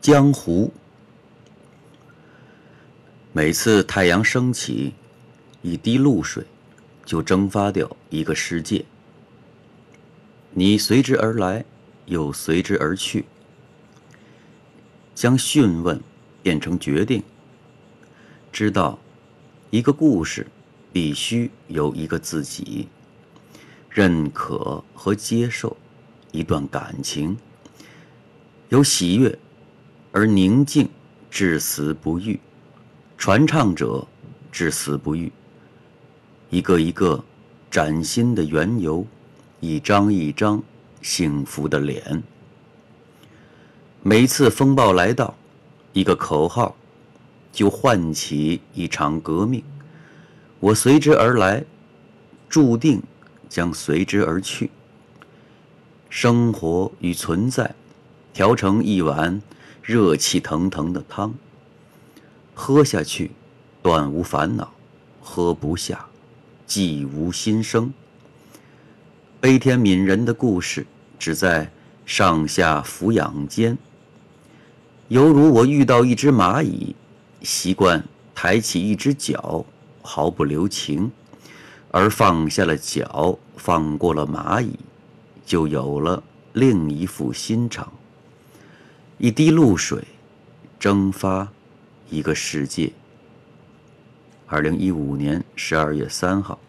江湖。每次太阳升起，一滴露水就蒸发掉一个世界。你随之而来，又随之而去，将讯问变成决定，知道一个故事必须有一个自己，认可和接受一段感情，由喜悦而宁静至死不渝，传唱者至死不渝，一个一个崭新的缘由，一张一张幸福的脸。每次风暴来到，一个口号就唤起一场革命，我随之而来，注定将随之而去。生活与存在调成一碗热气腾腾的汤，喝下去断无烦恼，喝不下既无心声。悲天悯人的故事只在上下俯仰间，犹如我遇到一只蚂蚁，习惯抬起一只脚，毫不留情，而放下了脚，放过了蚂蚁，就有了另一副心肠。一滴露水蒸发一个世界。2015年12月3号。